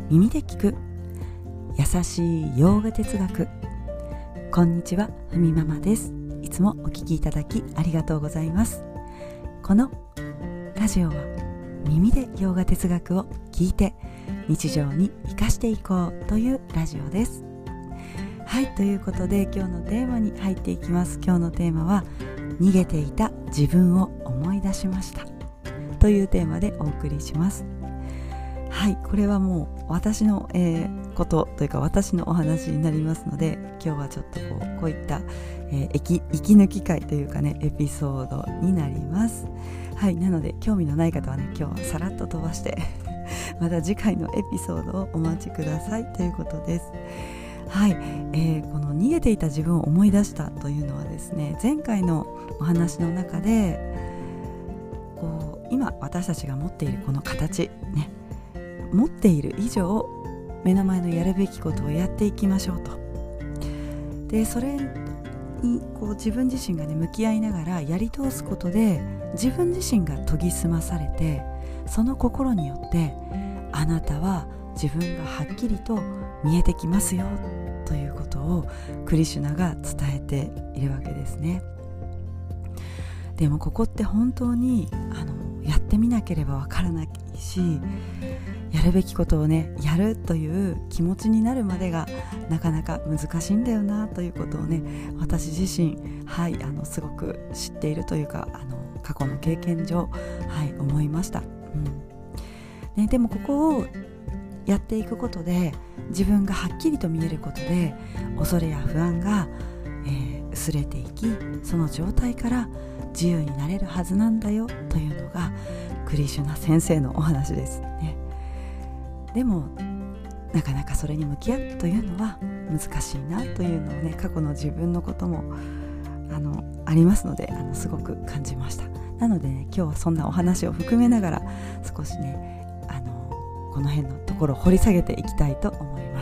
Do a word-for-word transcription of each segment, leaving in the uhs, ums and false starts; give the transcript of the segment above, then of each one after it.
耳で聞く優しい洋画哲学。こんにちは、ふみママです。いつもお聞きいただきありがとうございます。このラジオは耳で洋画哲学を聞いて日常に生かしていこうというラジオです。はい、ということで今日のテーマに入っていきます。今日のテーマは逃げていた自分を思い出しましたというテーマでお送りします。はい、これはもう私の、えー、ことというか私のお話になりますので、今日はちょっとこうこういった、えー、息, 息抜き会というかねエピソードになります。はい、なので興味のない方はね今日はさらっと飛ばしてまた次回のエピソードをお待ちくださいということです。はい、えー、この逃げていた自分を思い出したというのはですね、前回のお話の中でこう今私たちが持っているこの形ね、持っている以上目の前のやるべきことをやっていきましょうと。でそれにこう自分自身がね向き合いながらやり通すことで自分自身が研ぎ澄まされて、その心によってあなたは自分がはっきりと見えてきますよということをクリシュナが伝えているわけですね。でもここって本当にあのやってみなければわからないし、やるべきことをねやるという気持ちになるまでがなかなか難しいんだよなということをね、私自身はいあのすごく知っているというか、あの過去の経験上はい思いました。うんね、でもここをやっていくことで自分がはっきりと見えることで恐れや不安が、えー、薄れていき、その状態から自由になれるはずなんだよというのがクリシュナ先生のお話ですね。でもなかなかそれに向き合うというのは難しいなというのをね、過去の自分のこともあのありますので、あのすごく感じました。なのでね、今日はそんなお話を含めながら少しねあのこの辺のところを掘り下げていきたいと思います。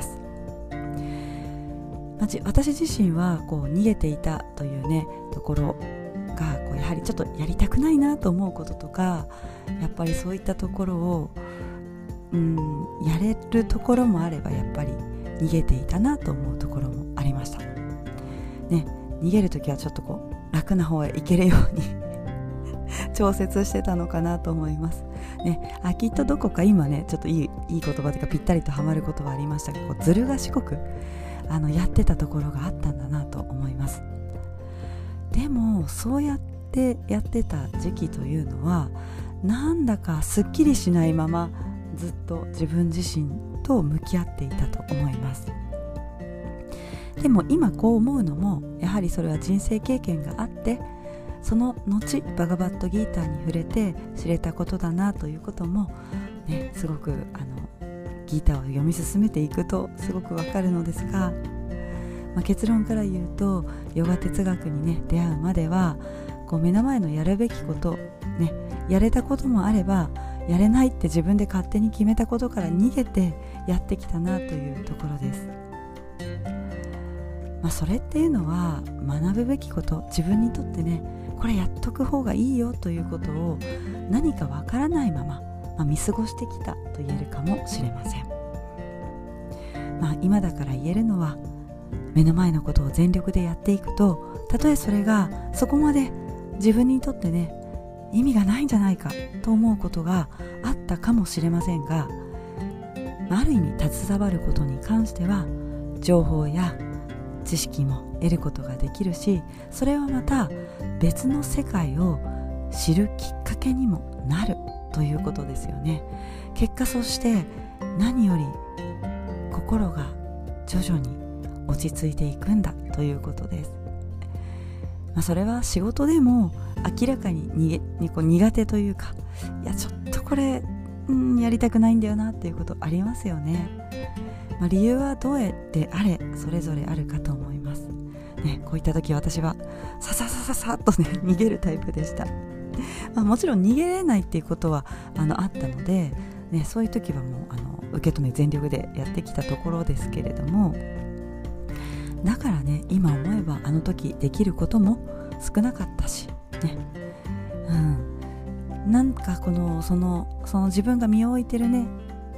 まじ私自身はこう逃げていたというねところがこうやはりちょっとやりたくないなと思うこととか、やっぱりそういったところをうんやれるところもあれば、やっぱり逃げていたなと思うところもありましたね。逃げるときはちょっとこう楽な方へ行けるように調節してたのかなと思いますね。あきっとどこか今ねちょっといい、いい言葉というかぴったりとはまる言葉ありましたけど、ずる賢くあのやってたところがあったんだなと思います。でもそうやってやってた時期というのはなんだかすっきりしないままずっと自分自身と向き合っていたと思います。でも今こう思うのもやはりそれは人生経験があって、その後バガバットギーターに触れて知れたことだなということも、ね、すごくあのギーターを読み進めていくとすごくわかるのですが、まあ、結論から言うとヨガ哲学にね出会うまではこう目の前のやるべきこと、ね、やれたこともあればやれないって自分で勝手に決めたことから逃げてやってきたなというところです。まあ、それっていうのは学ぶべきこと、自分にとってねこれやっとく方がいいよということを何かわからないまま、まあ、見過ごしてきたと言えるかもしれません。まあ、今だから言えるのは目の前のことを全力でやっていくと、たとえそれがそこまで自分にとってね意味がないんじゃないかと思うことがあったかもしれませんが、ある意味携わることに関しては情報や知識も得ることができるし、それはまた別の世界を知るきっかけにもなるということですよね。結果そして何より心が徐々に落ち着いていくんだということです。まあ、それは仕事でも明らかに逃げこう苦手というか、いやちょっとこれ、うん、やりたくないんだよなっていうことありますよね。まあ、理由はどうやってあれそれぞれあるかと思います、ね、こういった時私はさささささっとね逃げるタイプでした。まあ、もちろん逃げれないっていうことはあのあったので、ね、そういう時はもうあの受け止め全力でやってきたところですけれども、だからね今思えばあの時できることも少なかったしね、うん、なんかこのそのその自分が身を置いてるね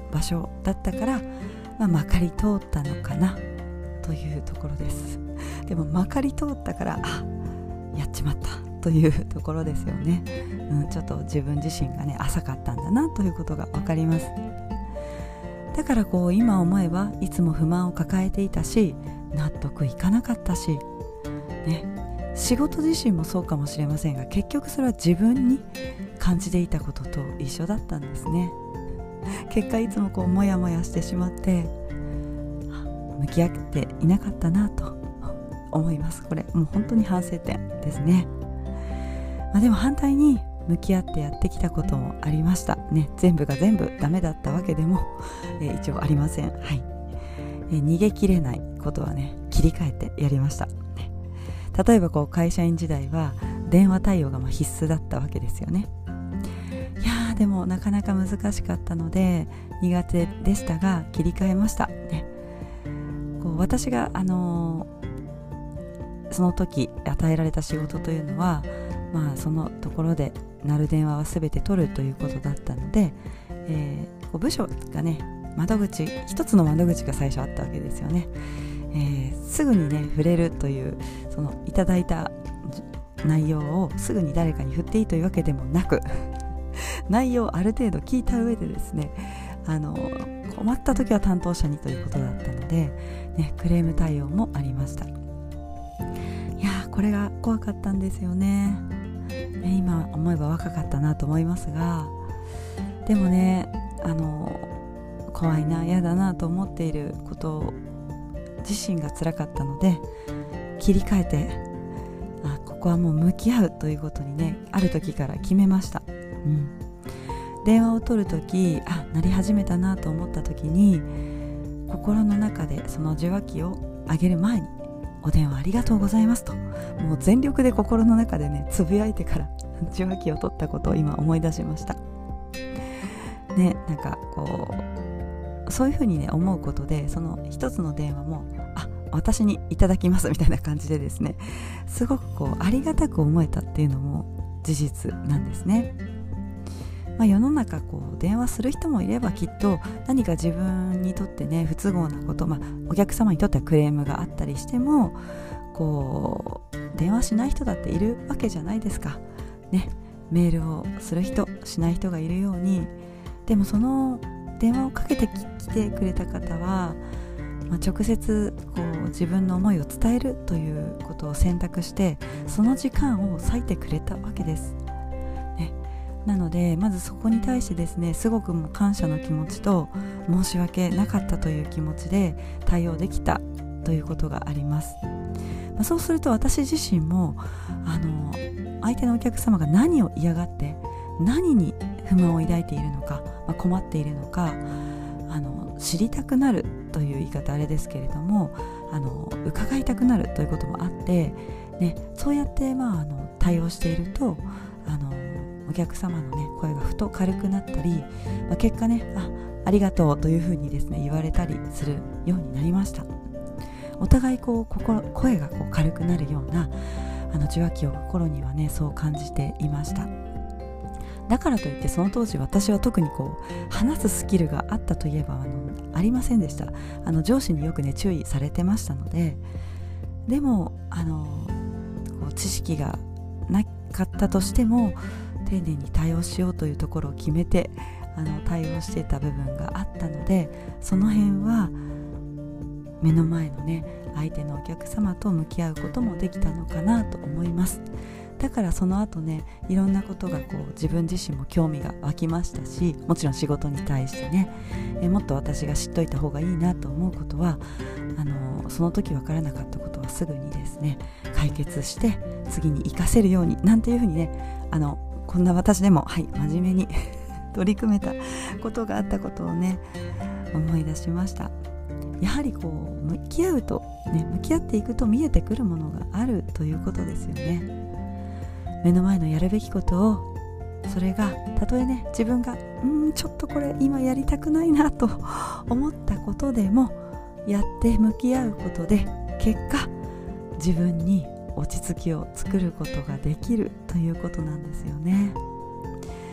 場所だったから、まあ、まかり通ったのかなというところです。でもまかり通ったからあやっちまったというところですよね、うん、ちょっと自分自身がね浅かったんだなということが分かります。だからこう今思えばいつも不満を抱えていたし納得いかなかったし、ね、仕事自身もそうかもしれませんが、結局それは自分に感じていたことと一緒だったんですね。結果いつもこうモヤモヤしてしまって向き合っていなかったなと思います。これもう本当に反省点ですね。まあ、でも反対に向き合ってやってきたこともありましたね。全部が全部ダメだったわけでも、えー、一応ありません。はい、えー、逃げきれないことはね切り替えてやりました、ね、例えばこう会社員時代は電話対応がまあ必須だったわけですよね。いやーでもなかなか難しかったので苦手でしたが切り替えました、ね、こう私が、あのー、その時与えられた仕事というのは、まあ、そのところで鳴る電話は全て取るということだったので、えー、こう部署がね窓口一つの窓口が最初あったわけですよね、えー、すぐにね触れるというそのいただいた内容をすぐに誰かに振っていいというわけでもなく内容をある程度聞いた上でですね、あの困った時は担当者にということだったので、ね、クレーム対応もありました。いやーこれが怖かったんですよね。ね今思えば若かったなと思いますが、でもねあの怖いな嫌だなと思っていること自身が辛かったので切り替えて、あここはもう向き合うということにねある時から決めました、うん、電話を取るときあ鳴り始めたなと思ったときに心の中でその受話器を上げる前にお電話ありがとうございますともう全力で心の中でねつぶやいてから受話器を取ったことを今思い出しましたね。なんかこうそういうふうにね思うことでその一つの電話もあ私にいただきますみたいな感じでですねすごくこうありがたく思えたっていうのも事実なんですね。まあ、世の中こう電話する人もいればきっと何か自分にとってね不都合なこと、まあ、お客様にとってはクレームがあったりしてもこう電話しない人だっているわけじゃないですか、ね、メールをする人しない人がいるように、でもその電話をかけてきてくれた方は、まあ、直接こう自分の思いを伝えるということを選択してその時間を割いてくれたわけです、ね、なのでまずそこに対してですねすごくもう感謝の気持ちと申し訳なかったという気持ちで対応できたということがあります、まあ、そうすると私自身もあの相手のお客様が何を嫌がって何に不満を抱いているのか、まあ、困っているのかあの知りたくなるという言い方あれですけれどもあの伺いたくなるということもあって、ね、そうやって、まあ、あの対応しているとあのお客様の、ね、声がふと軽くなったり、まあ、結果ね あ, ありがとうというふうにですね言われたりするようになりました。お互いこう心声がこう軽くなるようなあの受話器を心にはねそう感じていました。だからといってその当時私は特にこう話すスキルがあったといえばあのありませんでした。あの上司によくね注意されてましたので、でもあのこう知識がなかったとしても丁寧に対応しようというところを決めてあの対応していた部分があったので、その辺は目の前のね相手のお客様と向き合うこともできたのかなと思います。だからその後ねいろんなことがこう自分自身も興味が湧きましたし、もちろん仕事に対してねえもっと私が知っといた方がいいなと思うことはあのその時分からなかったことはすぐにですね解決して次に活かせるようになんていうふうにねあのこんな私でもはい真面目に取り組めたことがあったことをね思い出しました。やはりこう向き合うと、ね、向き合っていくと見えてくるものがあるということですよね。目の前のやるべきことをそれがたとえね自分がうんちょっとこれ今やりたくないなと思ったことでもやって向き合うことで結果自分に落ち着きを作ることができるということなんですよね。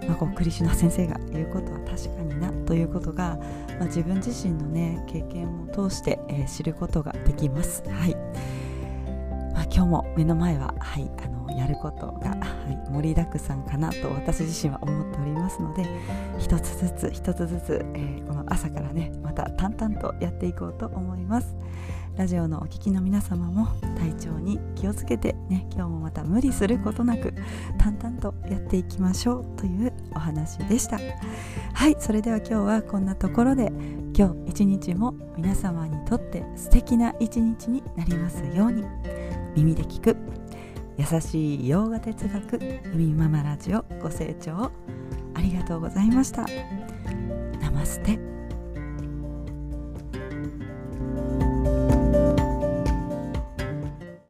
まあ、こうクリシュナ先生が言うことは確かになということが、まあ、自分自身のね経験を通して、えー、知ることができます。はい、まあ、今日も目の前は、はい、あのやることが、はい、盛りだくさんかなと私自身は思っておりますので、一つずつ一つずつ、えー、この朝からねまた淡々とやっていこうと思います。ラジオのお聞きの皆様も体調に気をつけてね、今日もまた無理することなく淡々とやっていきましょうというお話でした。はい、それでは今日はこんなところで、今日一日も皆様にとって素敵な一日になりますように。耳で聞く優しい洋画哲学ふみママラジオ、ご清聴ありがとうございました。ナマステ。